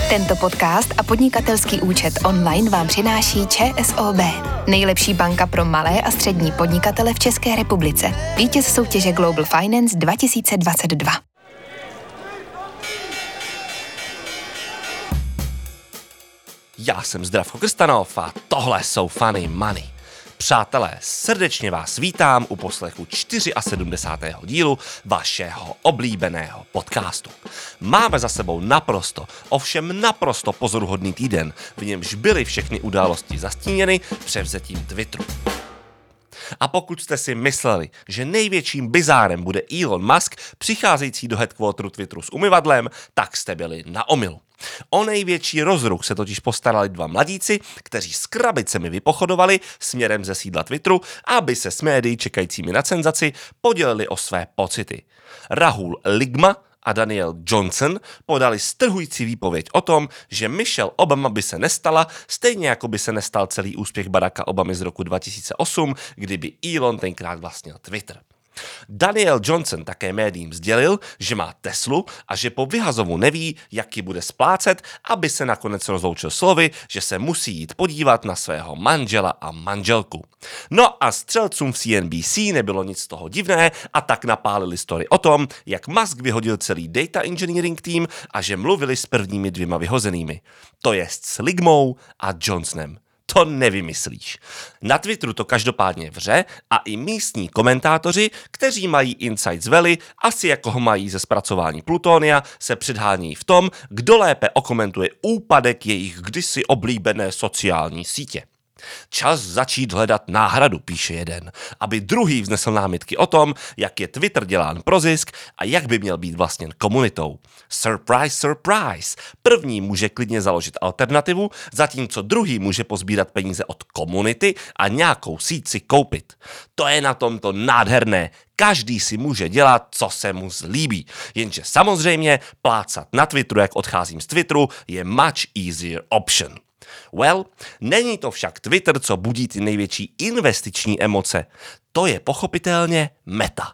Tento podcast a podnikatelský účet online vám přináší ČSOB. Nejlepší banka pro malé a střední podnikatele v České republice. Vítěz soutěže Global Finance 2022. Já jsem Zdravko Krstanov a tohle jsou Funny Money. Přátelé, srdečně vás vítám u poslechu 74. dílu vašeho oblíbeného podcastu. Máme za sebou naprosto pozoruhodný týden, v němž byly všechny události zastíněny převzetím Twitteru. A pokud jste si mysleli, že největším bizárem bude Elon Musk přicházející do headquarteru Twitteru s umyvadlem, tak jste byli na omylu. O největší rozruch se totiž postarali dva mladíci, kteří s krabicemi vypochodovali směrem ze sídla Twitteru, aby se s médii čekajícími na senzaci podělili o své pocity. Rahul Ligma a Daniel Johnson podali strhující výpověď o tom, že Michelle Obama by se nestala, stejně jako by se nestal celý úspěch Baracka Obamy z roku 2008, kdyby Elon tenkrát vlastnil Twitter. Daniel Johnson také médiím sdělil, že má Teslu a že po vyhazovu neví, jak ji bude splácet, aby se nakonec rozloučil slovy, že se musí jít podívat na svého manžela a manželku. No a střelcům v CNBC nebylo nic z toho divné a tak napálili story o tom, jak Musk vyhodil celý data engineering tým a že mluvili s prvními dvěma vyhozenými. To jest s Ligmou a Johnsonem. To nevymyslíš. Na Twitteru to každopádně vře a i místní komentátoři, kteří mají insight z Valley, asi jako ho mají ze zpracování plutonia, se předhánějí v tom, kdo lépe okomentuje úpadek jejich kdysi oblíbené sociální sítě. Čas začít hledat náhradu, píše jeden, aby druhý vznesl námitky o tom, jak je Twitter dělán pro zisk a jak by měl být vlastněn komunitou. Surprise, surprise! První může klidně založit alternativu, zatímco druhý může pozbírat peníze od komunity a nějakou síť si koupit. To je na tomto nádherné. Každý si může dělat, co se mu zlíbí. Jenže samozřejmě plácat na Twitteru, jak odcházím z Twitteru, je much easier option. Well, není to však Twitter, co budí ty největší investiční emoce. To je pochopitelně Meta.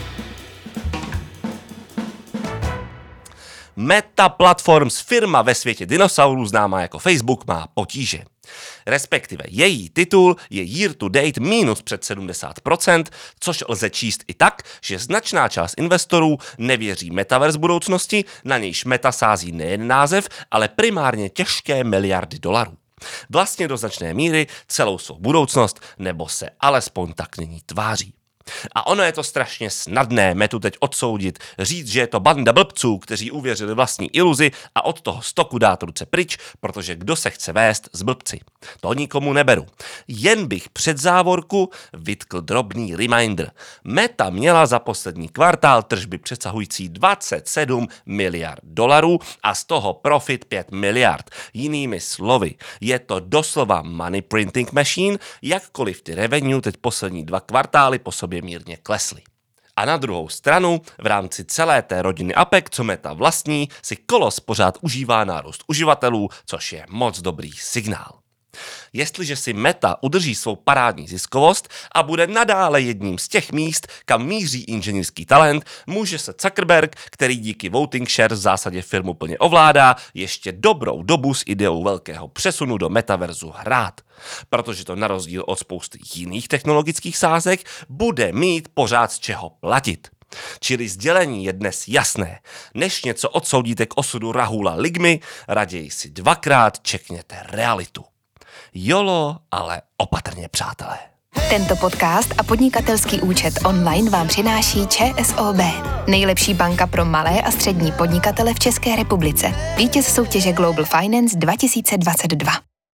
Meta Platforms, firma ve světě dinosaurů známá jako Facebook, má potíže. Respektive její titul je year to date minus před 70%, což lze číst i tak, že značná část investorů nevěří metaverse budoucnosti, na nějž Meta sází nejen název, ale primárně těžké miliardy dolarů. Vlastně do značné míry celou svou budoucnost, nebo se alespoň tak nyní tváří. A ono je to strašně snadné Metu teď odsoudit, říct, že je to banda blbců, kteří uvěřili vlastní iluzi a od toho stoku dát ruce pryč, protože kdo se chce vést s blbci. To nikomu neberu. Jen bych před závorku vytkl drobný reminder. Meta měla za poslední kvartál tržby přesahující 27 miliard dolarů a z toho profit 5 miliard. Jinými slovy, je to doslova money printing machine, jakkoliv ty revenue teď poslední 2 kvartály po sobě mírně klesly. A na druhou stranu, v rámci celé té rodiny APEC, co Meta vlastní, si kolos pořád užívá nárůst uživatelů, což je moc dobrý signál. Jestliže si Meta udrží svou parádní ziskovost a bude nadále jedním z těch míst, kam míří inženýrský talent, může se Zuckerberg, který díky voting share v zásadě firmu plně ovládá, ještě dobrou dobu s ideou velkého přesunu do metaverzu hrát. Protože to na rozdíl od spousty jiných technologických sázek bude mít pořád z čeho platit. Čili sdělení je dnes jasné. Než něco odsoudíte k osudu Rahula Ligmy, raději si 2krát čekněte realitu. Jolo, ale opatrně, přátelé. Tento podcast a podnikatelský účet online vám přináší ČSOB. Nejlepší banka pro malé a střední podnikatele v České republice. Vítěz soutěže Global Finance 2022.